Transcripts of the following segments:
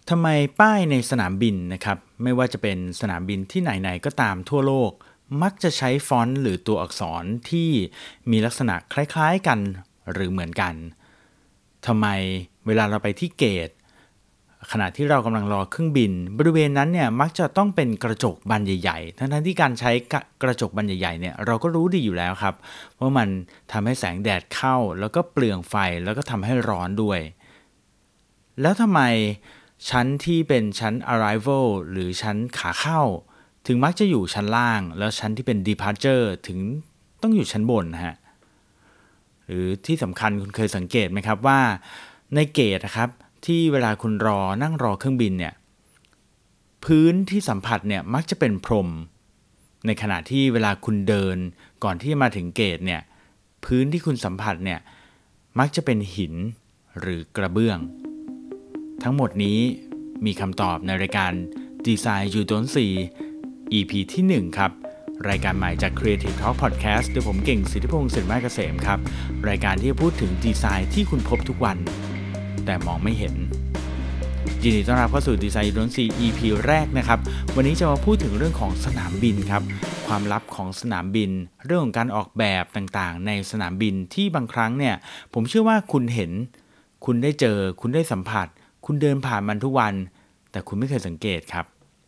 ทำไมป้ายในสนามบินนะครับไม่ว่าจะเป็นสนามบินที่ไหนๆก็ตามทั่วโลกมักจะใช้ฟอนต์หรือตัวอักษรที่มีลักษณะคล้ายๆกันหรือเหมือนกันทำไมเวลาเราไปที่เกตขณะที่เรากำลังรอเครื่องบินบริเวณนั้นเนี่ยมักจะต้องเป็นกระจกบานใหญ่ๆทั้งที่การใช้กระจกบานใหญ่ๆเนี่ยเราก็รู้ดีอยู่แล้วครับว่ามันทำให้แสงแดดเข้าแล้วก็เปลืองไฟแล้วก็ทำให้ร้อนด้วยแล้วทำไมชั้นที่เป็นชั้น arrival หรือชั้นขาเข้าถึงมักจะอยู่ชั้นล่างแล้วชั้นที่เป็น departure ถึงต้องอยู่ชั้นบนฮะหรือที่สำคัญคุณเคยสังเกตไหมครับว่าในเกตนะครับที่เวลาคุณนั่งรอเครื่องบินเนี่ยพื้นที่สัมผัสเนี่ยมักจะเป็นพรมในขณะที่เวลาคุณเดินก่อนที่จะมาถึงเกตเนี่ยพื้นที่คุณสัมผัสเนี่ยมักจะเป็นหินหรือกระเบื้องทั้งหมดนี้มีคำตอบในรายการ Design You Don't See EP ที่ 1 ครับรายการใหม่จาก Creative Talk Podcast โดยผมเก่งสิทธิพงศ์สินไม้เกษมครับรายการที่จะพูดถึงดีไซน์ที่คุณพบทุกวันแต่มองไม่เห็นยินดีต้อนรับเข้าสู่ Design You Don't See EP แรกนะครับวันนี้จะมาพูดถึงเรื่องของสนามบินครับความลับของสนามบินเรื่องของการออกแบบต่างๆในสนามบินที่บางครั้งเนี่ยผมเชื่อว่าคุณเห็นคุณได้เจอคุณได้สัมผัสคุณเดินผ่านมันทุกวันแต่คุณไม่เคยสังเกตครับ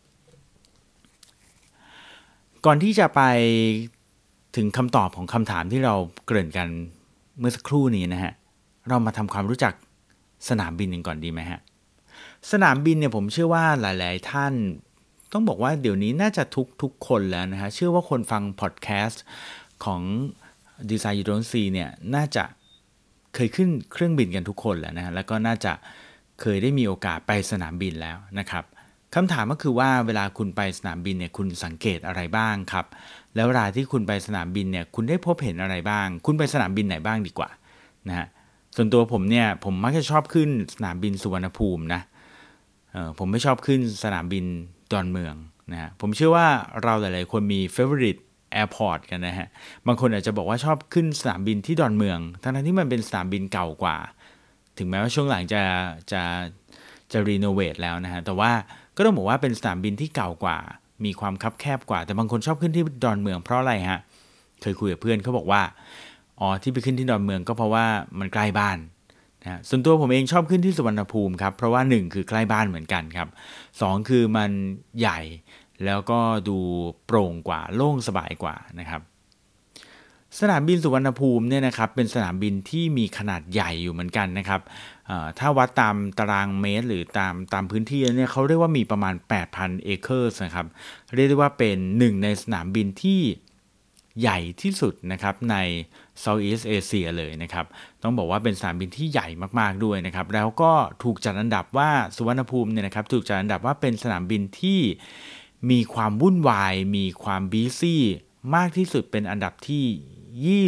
ก่อนที่จะไปถึงคำตอบของคำถามที่เราเกริ่นกันเมื่อสักครู่นี้นะฮะเรามาทำความรู้จักสนามบินกันก่อนดีไหมฮะสนามบินเนี่ยผมเชื่อว่าหลายๆท่านต้องบอกว่าเดี๋ยวนี้น่าจะทุกคนแล้วนะฮะเชื่อว่าคนฟังพอดแคสต์ของ Design You Don't See เนี่ยน่าจะเคยขึ้นเครื่องบินกันทุกคนแล้วนะฮะแล้วก็น่าจะเคยได้มีโอกาสไปสนามบินแล้วนะครับคำถามก็คือว่าเวลาคุณไปสนามบินเนี่ยคุณสังเกตอะไรบ้างครับแล้วเวลาที่คุณไปสนามบินเนี่ยคุณได้พบเห็นอะไรบ้างคุณไปสนามบินไหนบ้างดีกว่านะฮะส่วนตัวผมเนี่ยผมมักจะชอบขึ้นสนามบินสุวรรณภูมินะผมไม่ชอบขึ้นสนามบินดอนเมืองนะฮะผมเชื่อว่าเราหลายๆคนมี favorite airport กันนะฮะบางคนอาจจะบอกว่าชอบขึ้นสนามบินที่ดอนเมืองทั้งที่มันเป็นสนามบินเก่ากว่าถึงแม้ว่าช่วงหลังจะรีโนเวทแล้วนะฮะแต่ว่าก็ต้องบอกว่าเป็นสนามบินที่เก่ากว่ามีความคับแคบกว่าแต่บางคนชอบขึ้นที่ดอนเมืองเพราะอะไรฮะเคยคุยกับเพื่อนเขาบอกว่าที่ไปขึ้นที่ดอนเมืองก็เพราะว่ามันใกล้บ้านนะส่วนตัวผมเองชอบขึ้นที่สุวรรณภูมิครับเพราะว่า1คือใกล้บ้านเหมือนกันครับ2คือมันใหญ่แล้วก็ดูโปร่งกว่าโล่งสบายกว่านะครับสนามบินสุวรรณภูมิเนี่ยนะครับเป็นสนามบินที่มีขนาดใหญ่อยู่เหมือนกันนะครับถ้าวัดตามตารางเมตรหรือตามพื้นที่เนี่ยเขาเรียกว่ามีประมาณ 8,000 acres นะครับเรียกได้ว่าเป็นหนึ่งในสนามบินที่ใหญ่ที่สุดนะครับใน Southeast Asia เลยนะครับต้องบอกว่าเป็นสนามบินที่ใหญ่มากๆด้วยนะครับแล้วก็ถูกจัดอันดับว่าสุวรรณภูมิเนี่ยนะครับถูกจัดอันดับว่าเป็นสนามบินที่มีความวุ่นวายมีความบีซี่มากที่สุดเป็นอันดับที่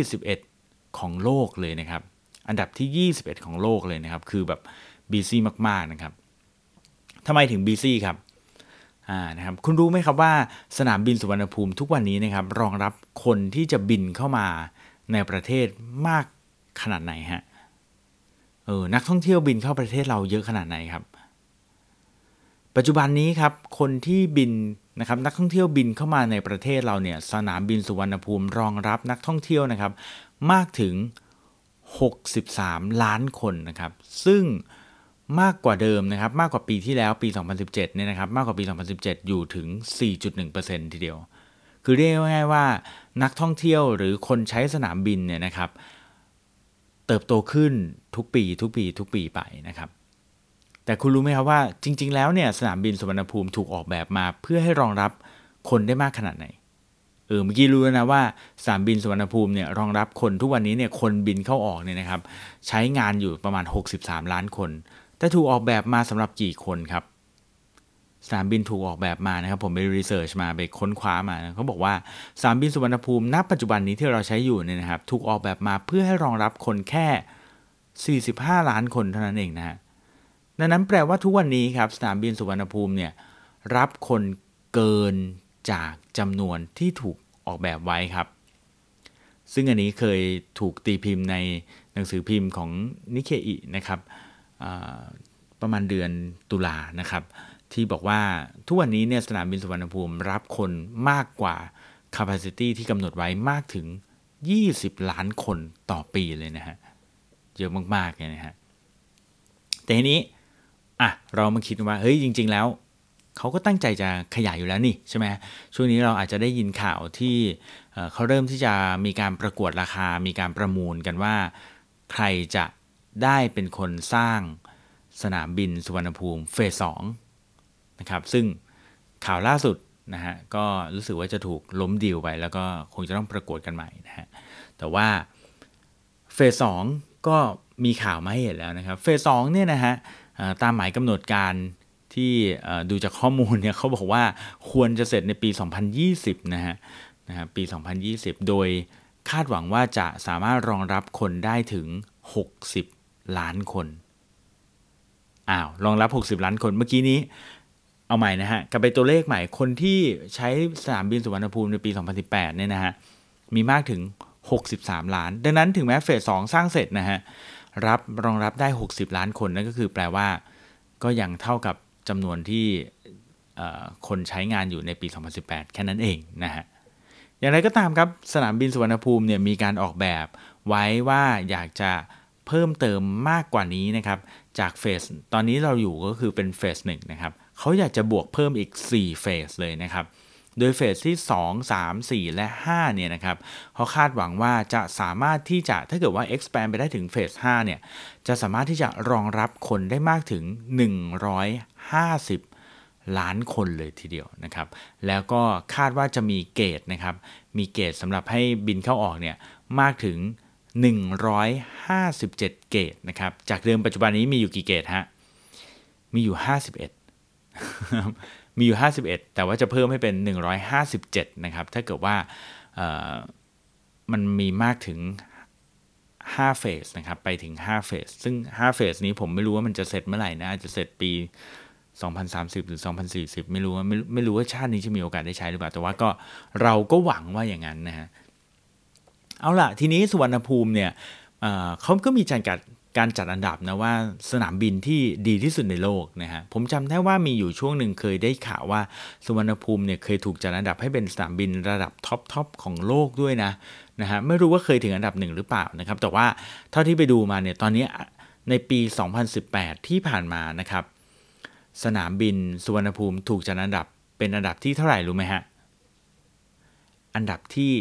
21ของโลกเลยนะครับอันดับที่21ของโลกเลยนะครับคือแบบบีซี่มากๆนะครับทำไมถึงบีซี่ครับนะครับคุณรู้ไหมครับว่าสนามบินสุวรรณภูมิทุกวันนี้นะครับรองรับคนที่จะบินเข้ามาในประเทศมากขนาดไหนฮะนักท่องเที่ยวบินเข้าประเทศเราเยอะขนาดไหนครับปัจจุบันนี้ครับคนที่บินนะครับนักท่องเที่ยวบินเข้ามาในประเทศเราเนี่ยสนามบินสุวรรณภูมิรองรับนักท่องเที่ยวนะครับมากถึง63ล้านคนนะครับซึ่งมากกว่าเดิมนะครับมากกว่าปีที่แล้วปี2017เนี่ยนะครับมากกว่าปี2017อยู่ถึง 4.1% ทีเดียวคือเรียกง่ายๆว่านักท่องเที่ยวหรือคนใช้สนามบินเนี่ยนะครับเติบโตขึ้นทุกปีไปนะครับแต่คุณรู้ไหมครับว่าจริงๆแล้วเนี่ยสนามบินสุวรรณภูมิถูกออกแบบมาเพื่อให้รองรับคนได้มากขนาดไหนเมื่อกี้รู้แล้วนะว่าสนามบินสุวรรณภูมิเนี่ยรองรับคนทุกวันนี้เนี่ยคนบินเข้าออกเนี่ยนะครับใช้งานอยู่ประมาณ63ล้านคนแต่ถูกออกแบบมาสำหรับกี่คนครับสนามบินถูกออกแบบมานะครับผมไปรีเสิร์ชมาไปค้นคว้ามาเขาบอกว่าสนามบินสุวรรณภูมิณปัจจุบันนี้ที่เราใช้อยู่เนี่ยนะครับถูกออกแบบมาเพื่อให้รองรับคนแค่45ล้านคนเท่านั้นเองนะฮะดังนั้นแปลว่าทุกวันนี้ครับสนามบินสุวรรณภูมิเนี่ยรับคนเกินจากจำนวนที่ถูกออกแบบไว้ครับซึ่งอันนี้เคยถูกตีพิมพ์ในหนังสือพิมพ์ของนิเคอินะครับประมาณเดือนตุลานะครับที่บอกว่าทุกวันนี้เนี่ยสนามบินสุวรรณภูมิรับคนมากกว่า capacity ที่กำหนดไว้มากถึง20 ล้านคนต่อปีเลยนะฮะเยอะมากๆเลยนะฮะแต่ทีนี้เรามาคิดว่าเฮ้ยจริงๆแล้วเขาก็ตั้งใจจะขยายอยู่แล้วนี่ใช่ไหมช่วงนี้เราอาจจะได้ยินข่าวที่เขาเริ่มที่จะมีการประกวดราคามีการประมูลกันว่าใครจะได้เป็นคนสร้างสนามบินสุวรรณภูมิเฟส 2นะครับซึ่งข่าวล่าสุดนะฮะก็รู้สึกว่าจะถูกล้มดีลไปแล้วก็คงจะต้องประกวดกันใหม่นะฮะแต่ว่าเฟส 2ก็มีข่าวมาให้เห็นแล้วนะครับเฟส 2เนี่ยนะฮะตามหมายกำหนดการที่ดูจากข้อมูลเนี่ยเขาบอกว่าควรจะเสร็จในปี 2020 นะฮะปี 2020 โดยคาดหวังว่าจะสามารถรองรับคนได้ถึง60 ล้านคนรองรับ60 ล้านคนเมื่อกี้นี้เอาใหม่นะฮะกลับไปตัวเลขใหม่คนที่ใช้สนามบินสุวรรณภูมิในปี 2018 เนี่ยนะฮะมีมากถึง63 ล้านดังนั้นถึงแม้เฟส 2สร้างเสร็จนะฮะรองรับได้60 ล้านคนนั่นก็คือแปลว่าก็ยังเท่ากับจำนวนที่คนใช้งานอยู่ในปี 2018 แค่นั้นเองนะฮะอย่างไรก็ตามครับสนามบินสุวรรณภูมิเนี่ยมีการออกแบบไว้ว่าอยากจะเพิ่มเติมมากกว่านี้นะครับจากเฟสตอนนี้เราอยู่ก็คือเป็นเฟส 1นะครับเขาอยากจะบวกเพิ่มอีก4เฟสเลยนะครับโดยเฟสที่2 3 4และ5เนี่ยนะครับเขาคาดหวังว่าจะสามารถที่จะถ้าเกิดว่า expand ไปได้ถึงเฟส5เนี่ยจะสามารถที่จะรองรับคนได้มากถึง150 ล้านคนเลยทีเดียวนะครับแล้วก็คาดว่าจะมีเกตนะครับมีเกตสำหรับให้บินเข้าออกเนี่ยมากถึง157 เกตนะครับจากเดิมปัจจุบันนี้มีอยู่กี่เกตฮะมีอยู่51มีอยู่51แต่ว่าจะเพิ่มให้เป็น157นะครับถ้าเกิดว่ามันมีมากถึง5เฟสนะครับไปถึง5เฟสซึ่ง5เฟสนี้ผมไม่รู้ว่ามันจะเสร็จเมื่อไหร่นะจะเสร็จปี2030หรือ2040ไม่รู้ว่าชาตินี้จะมีโอกาสได้ใช้หรือเปล่าแต่ว่าก็เราก็หวังว่าอย่างนั้นนะฮะเอาล่ะทีนี้สุวรรณภูมิเนี่ยเขาก็มีการจัดอันดับนะว่าสนามบินที่ดีที่สุดในโลกนะฮะผมจำได้ว่ามีอยู่ช่วงหนึ่งเคยได้ข่าวว่าสุวรรณภูมิเนี่ยเคยถูกจัดอันดับให้เป็นสนามบินระดับท็อปของโลกด้วยนะฮะไม่รู้ว่าเคยถึงอันดับ1หรือเปล่านะครับแต่ว่าเท่าที่ไปดูมาเนี่ยตอนนี้ในปี2018ที่ผ่านมานะครับสนามบินสุวรรณภูมิถูกจัดอันดับเป็นอันดับที่เท่าไหร่รู้ไหมฮะอันดับที่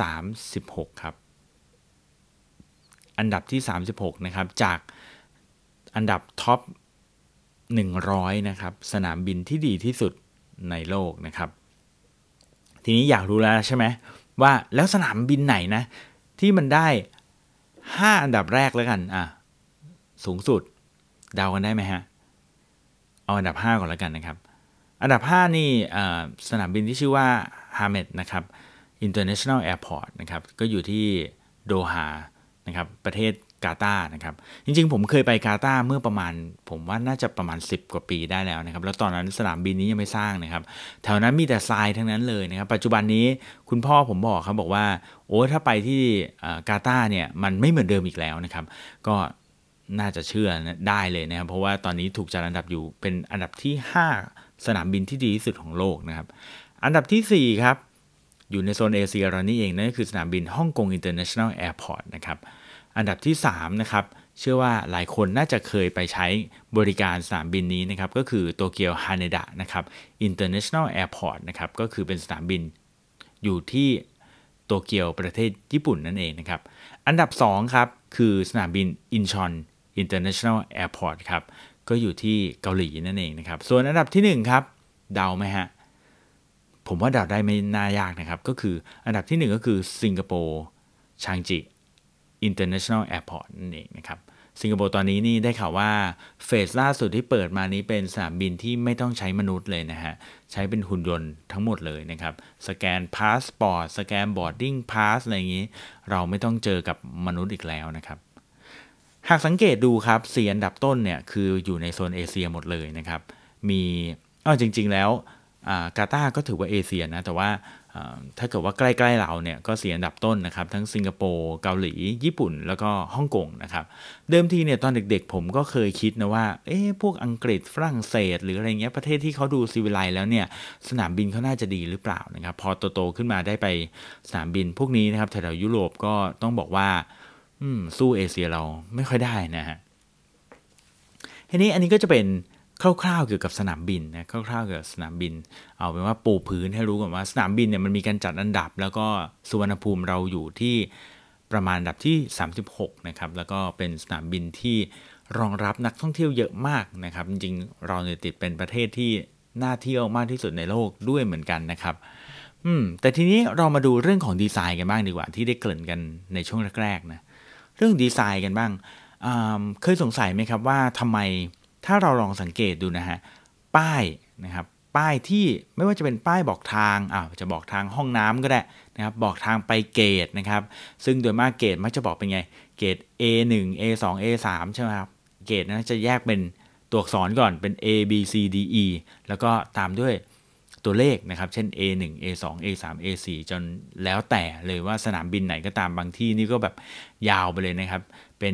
36ครับอันดับที่36นะครับจากอันดับท็อป100นะครับสนามบินที่ดีที่สุดในโลกนะครับทีนี้อยากรู้แล้วใช่ไหมว่าแล้วสนามบินไหนนะที่มันได้5อันดับแรกแล้วกันสูงสุดเดากันได้ไหมฮะเอาอันดับ5ก่อนแล้วกันนะครับอันดับ5นี่สนามบินที่ชื่อว่า Hamad นะครับ International Airport นะครับก็อยู่ที่โดฮานะครับประเทศกาตาร์นะครับจริงๆผมเคยไปกาตาร์เมื่อประมาณผมว่าน่าจะประมาณ10 กว่าปีได้แล้วนะครับแล้วตอนนั้นสนามบินนี้ยังไม่สร้างนะครับแถวนั้นมีแต่ทรายทั้งนั้นเลยนะครับปัจจุบันนี้คุณพ่อผมบอกว่าโอ้ถ้าไปที่กาตาร์เนี่ยมันไม่เหมือนเดิมอีกแล้วนะครับก็น่าจะเชื่อได้เลยนะครับเพราะว่าตอนนี้ถูกจัดอันดับอยู่เป็นอันดับที่5สนามบินที่ดีที่สุดของโลกนะครับอันดับที่4ครับอยู่ในโซนเอเชียเรานี่เองนั่นก็คือสนามบินฮ่องกง International Airport นะครับอันดับที่3นะครับเชื่อว่าหลายคนน่าจะเคยไปใช้บริการสนามบินนี้นะครับก็คือโตเกียวฮาเนดะนะครับ International Airport นะครับก็คือเป็นสนามบินอยู่ที่โตเกียวประเทศญี่ปุ่นนั่นเองนะครับอันดับ2ครับคือสนามบินอินชอน International Airport ครับก็อยู่ที่เกาหลีนั่นเองนะครับส่วนอันดับที่1ครับเดาไหมฮะผมว่าเดาได้ไม่น่ายากนะครับก็คืออันดับที่1ก็คือสิงคโปร์ชางจิ International Airport นั่นเองนะครับสิงคโปร์ตอนนี้นี่ได้ข่าวว่าเฟสล่าสุดที่เปิดมานี้เป็นสนามบินที่ไม่ต้องใช้มนุษย์เลยนะฮะใช้เป็นหุ่นยนต์ทั้งหมดเลยนะครับสแกนพาสปอร์ตสแกนบอร์ดดิ้งพาสอะไรอย่างนี้เราไม่ต้องเจอกับมนุษย์อีกแล้วนะครับหากสังเกตดูครับ4อันดับต้นเนี่ยคืออยู่ในโซนเอเชียหมดเลยนะครับมีจริงๆแล้วกาตาร์ก็ถือว่าเอเชียนะแต่ว่าถ้าเกิดว่าใกล้ๆเราเนี่ยก็4อันดับต้นนะครับทั้งสิงคโปร์เกาหลีญี่ปุ่นแล้วก็ฮ่องกงนะครับเดิมทีเนี่ยตอนเด็กๆผมก็เคยคิดนะว่าพวกอังกฤษฝรั่งเศสหรืออะไรเงี้ยประเทศที่เขาดูซีวิไลซ์แล้วเนี่ยสนามบินเขาน่าจะดีหรือเปล่านะครับพอโตๆขึ้นมาได้ไปสนามบินพวกนี้นะครับแถวๆยุโรปก็ต้องบอกว่าสู้เอเชียเราไม่ค่อยได้นะฮะทีนี้อันนี้ก็จะเป็นคร่าวๆเกี่ยวกับสนามบินนะคร่าวๆเกี่ยวกับสนามบินเอาเป็นว่าปูพื้นให้รู้ก่อนว่าสนามบินเนี่ยมันมีการจัดอันดับแล้วก็สุวรรณภูมิเราอยู่ที่ประมาณอันดับที่36นะครับแล้วก็เป็นสนามบินที่รองรับนักท่องเที่ยวเยอะมากนะครับจริงๆเราเนี่ยติดเป็นประเทศที่น่าเที่ยวมากที่สุดในโลกด้วยเหมือนกันนะครับแต่ทีนี้เรามาดูเรื่องของดีไซน์กันบ้างดีกว่าที่ได้เกริ่นกันในช่วงแรกๆนะเรื่องดีไซน์กันบ้างเคยสงสัยไหมครับว่าทำไมถ้าเราลองสังเกตดูนะฮะป้ายนะครับป้ายที่ไม่ว่าจะเป็นป้ายบอกทางจะบอกทางห้องน้ำก็ได้นะครับบอกทางไปเกตนะครับซึ่งโดยมากเกตมักจะบอกเป็นไงเกต A1 A2 A3 ใช่ไหมครับเกตนั้นจะแยกเป็นตัวอักษรก่อนเป็น A B C D E แล้วก็ตามด้วยตัวเลขนะครับเช่น A1 A2 A3 A4 จนแล้วแต่เลยว่าสนามบินไหนก็ตามบางที่นี่ก็แบบยาวไปเลยนะครับเป็น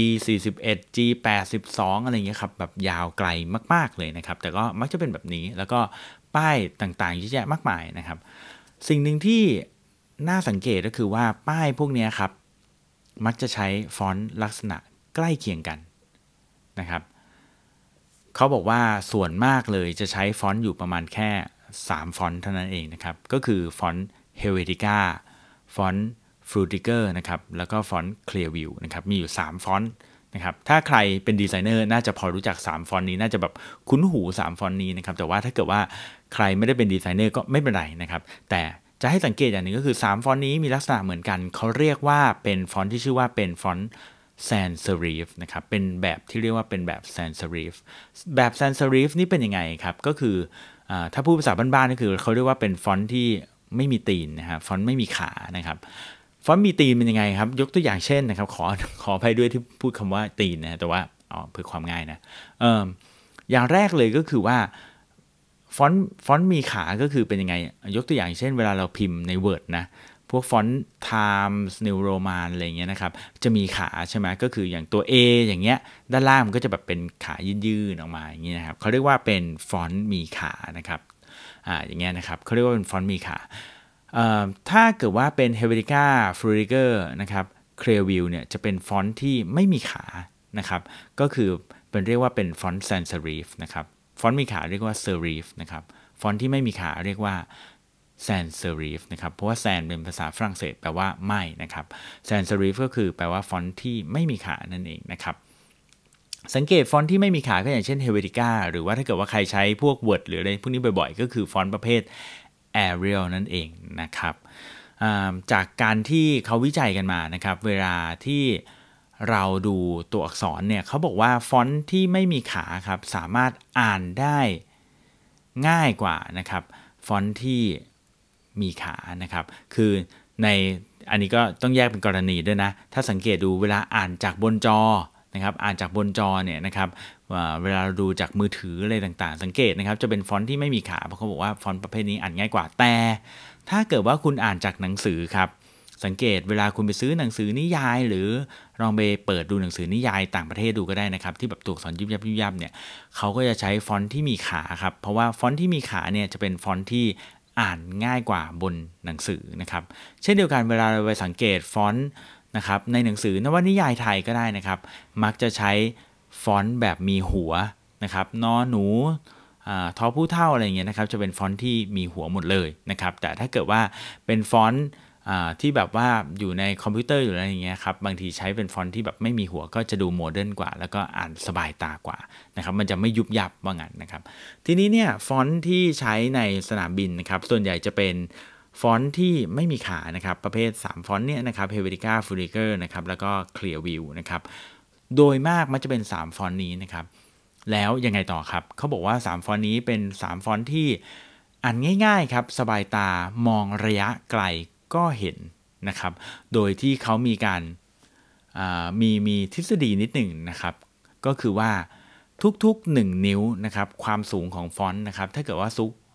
G41 G82 อะไรเงี้ยครับแบบยาวไกลมากๆเลยนะครับแต่ก็มักจะเป็นแบบนี้แล้วก็ป้ายต่างๆเยอะแยะมากมายนะครับสิ่งหนึ่งที่น่าสังเกตก็คือว่าป้ายพวกนี้ครับมักจะใช้ฟอนต์ลักษณะใกล้เคียงกันนะครับเขาบอกว่าส่วนมากเลยจะใช้ฟอนต์อยู่ประมาณแค่3ฟอนต์เท่านั้นเองนะครับก็คือฟอนต์ Helvetica ฟอนต์ Frutiger นะครับแล้วก็ฟอนต์ Clearview นะครับมีอยู่3ฟอนต์นะครับถ้าใครเป็นดีไซเนอร์น่าจะพอรู้จัก3ฟอนต์นี้น่าจะแบบคุ้นหู3ฟอนต์นี้นะครับแต่ว่าถ้าเกิดว่าใครไม่ได้เป็นดีไซเนอร์ก็ไม่เป็นไรนะครับแต่จะให้สังเกตอย่างหนึ่งก็คือ3ฟอนต์นี้มีลักษณะเหมือนกันเขาเรียกว่าเป็นฟอนต์ที่ชื่อว่าเป็นฟอนต์sans serif นะครับเป็นแบบที่เรียกว่าเป็นแบบ sans serif แบบ sans serif นี่เป็นยังไงครับก็คือถ้าพูดภาษาบ้านๆก็คือเขาเรียกว่าเป็นฟอนต์ที่ไม่มีตีนนะครับฟอนต์ไม่มีขานะครับฟอนต์มีตีนเป็นยังไงครับยกตัวอย่างเช่นนะครับขออภัยด้วยที่พูดคำว่าตีนนะแต่ว่าเพื่อความง่ายนะอย่างแรกเลยก็คือว่าฟอนต์มีขาก็คือเป็นยังไงยกตัวอย่างเช่นเวลาเราพิมพ์ใน Word นะพวกฟอนต์ Times New Roman อะไรเงี้ยนะครับจะมีขาใช่ไหมก็คืออย่างตัว A อย่างเงี้ยด้านล่างมันก็จะแบบเป็นขายื่นๆออกมาอย่างเงี้ยนะครับเขาเรียกว่าเป็นฟอนต์มีขานะครับอย่างเงี้ยนะครับเขาเรียกว่าเป็นฟอนต์มีขาถ้าเกิดว่าเป็น Helvetica Frutiger นะครับ Clearview เนี่ยจะเป็นฟอนต์ที่ไม่มีขานะครับก็คือเป็นเรียกว่าเป็นฟอนต์ sans serif นะครับฟอนต์มีขาเรียกว่า serif นะครับฟอนต์ที่ไม่มีขาเรียกว่า sans serif นะครับเพราะว่า sans เป็นภาษาฝรั่งเศสแปลว่าไม่นะครับ sans serif ก็คือแปลว่าฟอนต์ที่ไม่มีขานั่นเองนะครับสังเกตฟอนต์ที่ไม่มีขาก็อย่างเช่น Helvetica หรือว่าถ้าเกิดว่าใครใช้พวก Word หรืออะไรพวกนี้บ่อยๆก็คือฟอนต์ประเภท Arial นั่นเองนะครับจากการที่เขาวิจัยกันมานะครับเวลาที่เราดูตัวอักษรเนี่ยเขาบอกว่าฟอนต์ที่ไม่มีขาครับสามารถอ่านได้ง่ายกว่านะครับฟอนต์ที่มีขานะครับคือในอันนี้ก็ต้องแยกเป็นกรณีด้วยนะถ้าสังเกตดูเวลาอ่านจากบนจอนะครับอ่านจากบนจอเนี่ยนะครับเวลาเราดูจากมือถืออะไรต่างๆสังเกตนะครับจะเป็นฟอนต์ที่ไม่มีขาเพราะเขาบอกว่าฟอนต์ประเภทนี้อ่านง่ายกว่าแต่ถ้าเกิดว่าคุณอ่านจากหนังสือครับสังเกตเวลาคุณไปซื้อหนังสือนิยายหรือลองไปเปิดดูหนังสือนิยายต่างประเทศดูก็ได้นะครับที่แบบตัวอักษรยิบยับยิบยับเนี่ยเขาก็จะใช้ฟอนต์ที่มีขาครับเพราะว่าฟอนต์ที่มีขาเนี่ยจะเป็นฟอนต์ที่อ่านง่ายกว่าบนหนังสือนะครับเช่นเดียวกันเวลาเราไปสังเกตฟอนต์นะครับในหนังสือนวนิยายไทยก็ได้นะครับมักจะใช้ฟอนต์แบบมีหัวนะครับนอหนูทอผู้เท่าอะไรเงี้ยนะครับจะเป็นฟอนต์ที่มีหัวหมดเลยนะครับแต่ถ้าเกิดว่าเป็นฟอนต์ที่แบบว่าอยู่ในคอมพิวเตอร์อยู่อะไรอย่างเงี้ยครับบางทีใช้เป็นฟอนต์ที่แบบไม่มีหัวก็จะดูโมเดิร์นกว่าแล้วก็อ่านสบายตากว่านะครับมันจะไม่ยุบยับว่างั้นนะครับทีนี้เนี่ยฟอนต์ที่ใช้ในสนามบินนะครับส่วนใหญ่จะเป็นฟอนต์ที่ไม่มีขานะครับประเภท3ฟอนต์เนี่ยนะครับ Helvetica Frutiger นะครับแล้วก็ Clearview นะครับโดยมากมันจะเป็น3ฟอนต์นี้นะครับแล้วยังไงต่อครับเขาบอกว่า3ฟอนต์นี้เป็น3ฟอนต์ที่อ่านง่ายๆครับสบายตามองระยะไกลก็เห็นนะครับโดยที่เขามีการมีทฤษฎีนิดหนึ่งนะครับก็คือว่าทุกๆ1นิ้วนะครับความสูงของฟอนต์นะครับถ้าเกิดว่า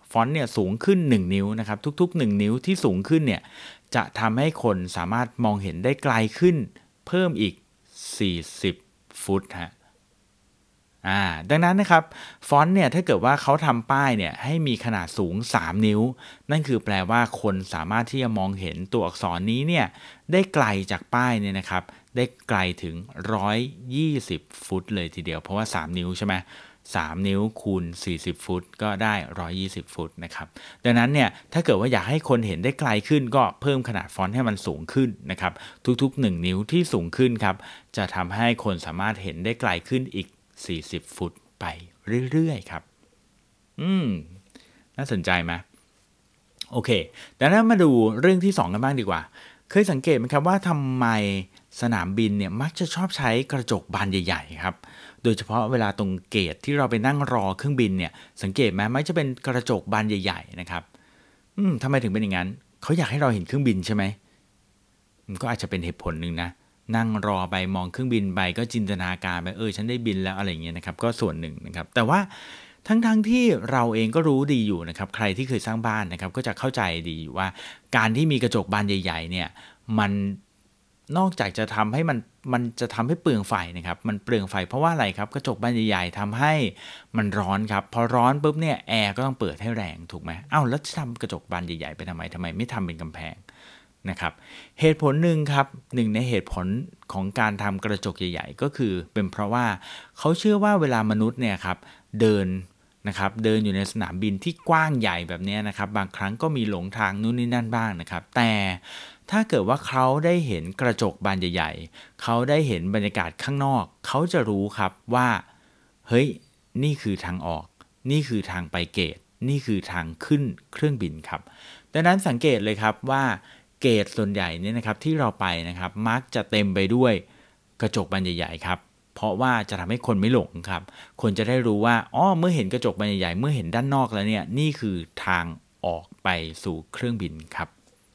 ฟอนต์เนี่ยสูงขึ้น1นิ้วนะครับทุกๆ1นิ้วที่สูงขึ้นเนี่ยจะทำให้คนสามารถมองเห็นได้ไกลขึ้นเพิ่มอีก40ฟุตฮะดังนั้นนะครับฟอนต์เนี่ยถ้าเกิดว่าเขาทำป้ายเนี่ยให้มีขนาดสูง3นิ้วนั่นคือแปลว่าคนสามารถที่จะมองเห็นตัวอักษรนี้เนี่ยได้ไกลจากป้ายเนี่ยนะครับได้ไกลถึง120ฟุตเลยทีเดียวเพราะว่า3นิ้วใช่ไหม3นิ้วคูณ40ฟุตก็ได้120ฟุตนะครับดังนั้นเนี่ยถ้าเกิดว่าอยากให้คนเห็นได้ไกลขึ้นก็เพิ่มขนาดฟอนต์ให้มันสูงขึ้นนะครับทุกๆ1นิ้วที่สูงขึ้นครับจะทำให้คนสามารถเห็นได้ไกลขึ้นอีก40ฟุตไปเรื่อยๆครับน่าสนใจไหมโอเคแต่นั้นมาดูเรื่องที่2กันบ้างดีกว่าเคยสังเกตไหมครับว่าทำไมสนามบินเนี่ยมักจะชอบใช้กระจกบานใหญ่ๆครับโดยเฉพาะเวลาตรงเกตที่เราไปนั่งรอเครื่องบินเนี่ยสังเกตไหมมักจะเป็นกระจกบานใหญ่ๆนะครับทำไมถึงเป็นอย่างนั้นเขาอยากให้เราเห็นเครื่องบินใช่ไหมมันก็อาจจะเป็นเหตุผลหนึ่งนะนั่งรอไปมองเครื่องบินไปก็จินตนาการไปฉันได้บินแล้วอะไรอย่างเงี้ยนะครับก็ส่วนหนึ่งนะครับแต่ว่าทั้งที่เราเองก็รู้ดีอยู่นะครับใครที่เคยสร้างบ้านนะครับก็จะเข้าใจดีอยู่ว่าการที่มีกระจกบานใหญ่ๆเนี่ยมันนอกจากจะทำให้มันจะทำให้เปลืองไฟนะครับมันเปลืองไฟเพราะว่าอะไรครับกระจกบานใหญ่ๆทำให้มันร้อนครับพอร้อนปุ๊บเนี่ยแอร์ก็ต้องเปิดให้แรงถูกไหมแล้วจะทำกระจกบานใหญ่ๆไปทำไมไม่ทำเป็นกำแพงนะครับเหตุผลหนึ่งครับหนึ่งในเหตุผลของการทำกระจกใหญ่ๆก็คือเป็นเพราะว่าเขาเชื่อว่าเวลามนุษย์เนี่ยครับเดินอยู่ในสนามบินที่กว้างใหญ่แบบนี้นะครับบางครั้งก็มีหลงทางนู่นนี่นั่นบ้างนะครับแต่ถ้าเกิดว่าเขาได้เห็นกระจกบานใหญ่ๆเขาได้เห็นบรรยากาศข้างนอกเขาจะรู้ครับว่าเฮ้ยนี่คือทางออกนี่คือทางไปเกตนี่คือทางขึ้นเครื่องบินครับดังนั้นสังเกตเลยครับว่าเกตส่วนใหญ่เนี่ยนะครับที่เราไปนะครับมักจะเต็มไปด้วยกระจกบานใหญ่ๆครับเพราะว่าจะทำให้คนไม่หลงครับคนจะได้รู้ว่าเมื่อเห็นกระจกบานใหญ่ๆเมื่อเห็นด้านนอกแล้วเนี่ยนี่คือทางออกไปสู่เครื่องบินครับ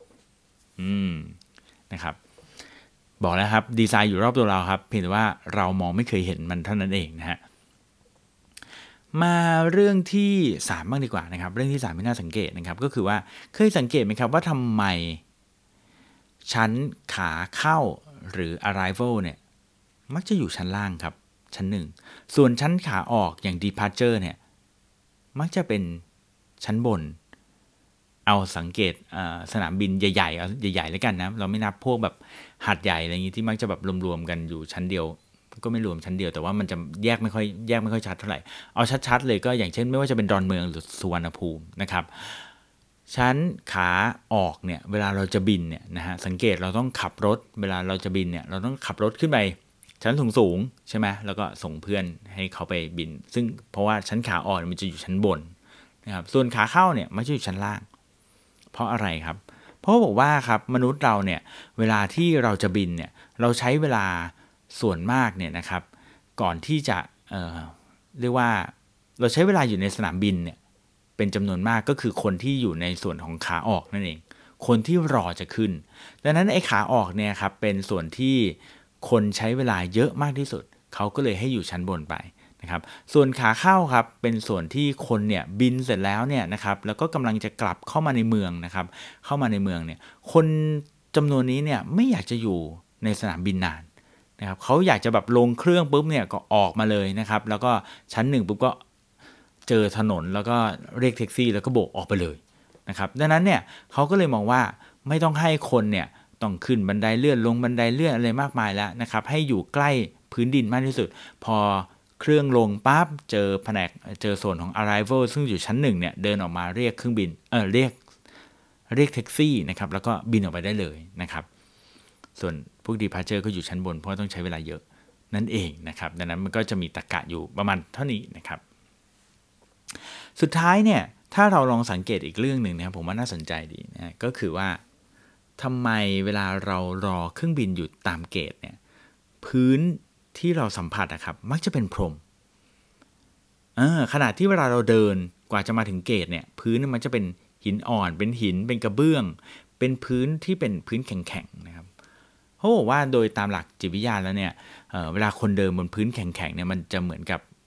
นะครับบอกแล้วครับดีไซน์อยู่รอบตัวเราครับเพียงแต่ว่าเรามองไม่เคยเห็นมันเท่านั้นเองนะฮะมาเรื่องที่3บ้างดีกว่านะครับเรื่องที่3ที่น่าสังเกตนะครับก็คือว่าเคยสังเกตไหมครับว่าทำไมชั้นขาเข้าหรือ arrival เนี่ยมักจะอยู่ชั้นล่างครับชั้น1ส่วนชั้นขาออกอย่าง departure เนี่ยมักจะเป็นชั้นบนเอาสังเกตสนามบินใหญ่ๆเอาใหญ่ๆแล้วกันนะเราไม่นับพวกแบบหาดใหญ่อะไรอย่างงี้ที่มักจะแบบรวมๆกันอยู่ชั้นเดียวก็ไม่รวมชั้นเดียวแต่ว่ามันจะแยกไม่ค่อยชัดเท่าไหร่เอาชัดๆเลยก็อย่างเช่นไม่ว่าจะเป็นดอนเมืองหรือสุวรรณภูมินะครับชั้นขาออกเนี่ยเวลาเราจะบินเนี่ยนะฮะสังเกตเราต้องขับรถเวลาเราจะบินเนี่ยเราต้องขับรถขึ้นไปชั้นสูงใช่ไหมแล้วก็ส่งเพื่อนให้เขาไปบินซึ่งเพราะว่าชั้นขาออกมันจะอยู่ชั้นบนนะครับส่วนขาเข้าเนี่ยมันจะอยู่ชั้นล่างเพราะอะไรครับเพราะบอกว่าครับมนุษย์เราเนี่ยเวลาที่เราจะบินเนี่ยเราใช้เวลาส่วนมากเนี่ยนะครับก่อนที่จะเรียกว่าเราใช้เวลาอยู่ในสนามบินเนี่ยเป็นจำนวนมากก็คือคนที่อยู่ในส่วนของขาออกนั่นเองคนที่รอจะขึ้นดังนั้นไอ้ขาออกเนี่ยครับเป็นส่วนที่คนใช้เวลาเยอะมากที่สุดเขาก็เลยให้อยู่ชั้นบนไปนะครับส่วนขาเข้าครับเป็นส่วนที่คนเนี่ยบินเสร็จแล้วเนี่ยนะครับแล้วก็กำลังจะกลับเข้ามาในเมืองนะครับเข้ามาในเมืองเนี่ยคนจำนวนนี้เนี่ยไม่อยากจะอยู่ในสนามบินนานนะครับเขาอยากจะแบบลงเครื่องปุ๊บเนี่ยก็ออกมาเลยนะครับแล้วก็ชั้น1ปุ๊บก็เจอถนนแล้วก็เรียกแท็กซี่แล้วก็โบกออกไปเลยนะครับดังนั้นเนี่ยเขาก็เลยมองว่าไม่ต้องให้คนเนี่ยต้องขึ้นบันไดเลื่อนลงบันไดเลื่อนอะไรมากมายแล้วนะครับให้อยู่ใกล้พื้นดินมากที่สุดพอเครื่องลงปั๊บเจอแผนกเจอโซนของ arrival ซึ่งอยู่ชั้น1เนี่ยเดินออกมาเรียกเครื่องบินเรียกแท็กซี่นะครับแล้วก็บินออกไปได้เลยนะครับส่วนพวก departure ก็อยู่ชั้นบนเพราะต้องใช้เวลาเยอะนั่นเองนะครับดังนั้นมันก็จะมีตรรกะอยู่ประมาณเท่านี้นะครับสุดท้ายเนี่ยถ้าเราลองสังเกตอีกเรื่องหนึ่งนะครับผมว่าน่าสนใจดีนะก็คือว่าทำไมเวลาเรารอเครื่องบินอยู่ตามเกตเนี่ยพื้นที่เราสัมผัสนะครับมักจะเป็นพรมขณะที่เวลาเราเดินกว่าจะมาถึงเกตเนี่ยพื้นมันจะเป็นหินอ่อนเป็นหินเป็นกระเบื้องเป็นพื้นที่เป็นพื้นแข็งๆนะครับเขาบอกว่าโดยตามหลักจิตวิทยาแล้วเนี่ยเวลาคนเดินบนพื้นแข็งๆเนี่ยมันจะเหมือนกับ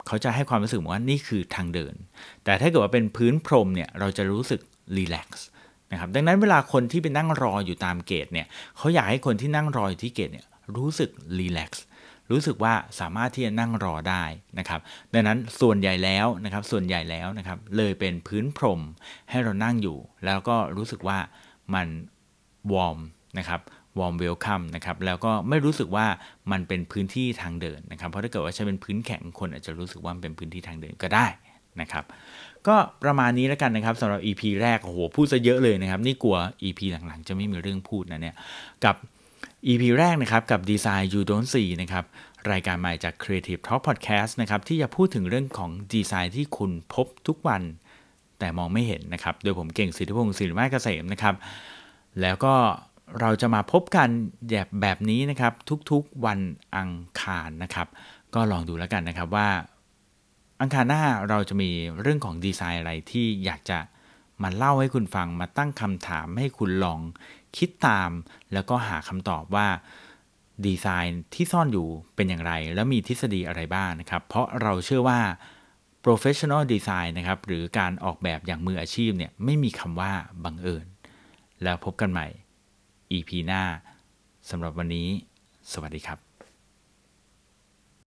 เขาจะให้ความรู้สึกว่านี่คือทางเดินแต่ถ้าเกิดว่าเป็นพื้นพรมเนี่ยเราจะรู้สึกรีแลกซ์นะครับดังนั้นเวลาคนที่ไปนั่งรออยู่ตามเกตเนี่ยเขาอยากให้คนที่นั่งรออยู่ที่เกตเนี่ยรู้สึกรีแลกซ์รู้สึกว่าสามารถที่จะนั่งรอได้นะครับดังนั้นส่วนใหญ่แล้วนะครับเลยเป็นพื้นพรมให้เรานั่งอยู่แล้วก็รู้สึกว่ามันวอร์มนะครับวอร์มเวลคัมนะครับแล้วก็ไม่รู้สึกว่ามันเป็นพื้นที่ทางเดินนะครับเพราะถ้าเกิดว่าใช้เป็นพื้นแข็งคนอาจจะรู้สึกว่ามันเป็นพื้นที่ทางเดินก็ได้นะครับก็ประมาณนี้แล้วกันนะครับสำหรับ EP แรกโอ้โหพูดซะเยอะเลยนะครับนี่กลัว EP หลังๆจะไม่มีเรื่องพูดนะเนี่ยกับ EP แรกนะครับกับ Design You Don't See นะครับรายการใหม่จาก Creative Talk Podcast นะครับที่จะพูดถึงเรื่องของดีไซน์ที่คุณพบทุกวันแต่มองไม่เห็นนะครับโดยผมเก่งสิทธิพงศ์ศิริมาศเกษมนะครับแล้วก็เราจะมาพบกันแบบนี้นะครับทุกๆวันอังคารนะครับก็ลองดูแล้วกันนะครับว่าอังคารหน้าเราจะมีเรื่องของดีไซน์อะไรที่อยากจะมาเล่าให้คุณฟังมาตั้งคำถามให้คุณลองคิดตามแล้วก็หาคำตอบว่าดีไซน์ที่ซ่อนอยู่เป็นอย่างไรแล้วมีทฤษฎีอะไรบ้างนะครับเพราะเราเชื่อว่า professional design นะครับหรือการออกแบบอย่างมืออาชีพเนี่ยไม่มีคำว่าบังเอิญแล้วพบกันใหม่ EP หน้าสำหรับวันนี้สวัสดีครับ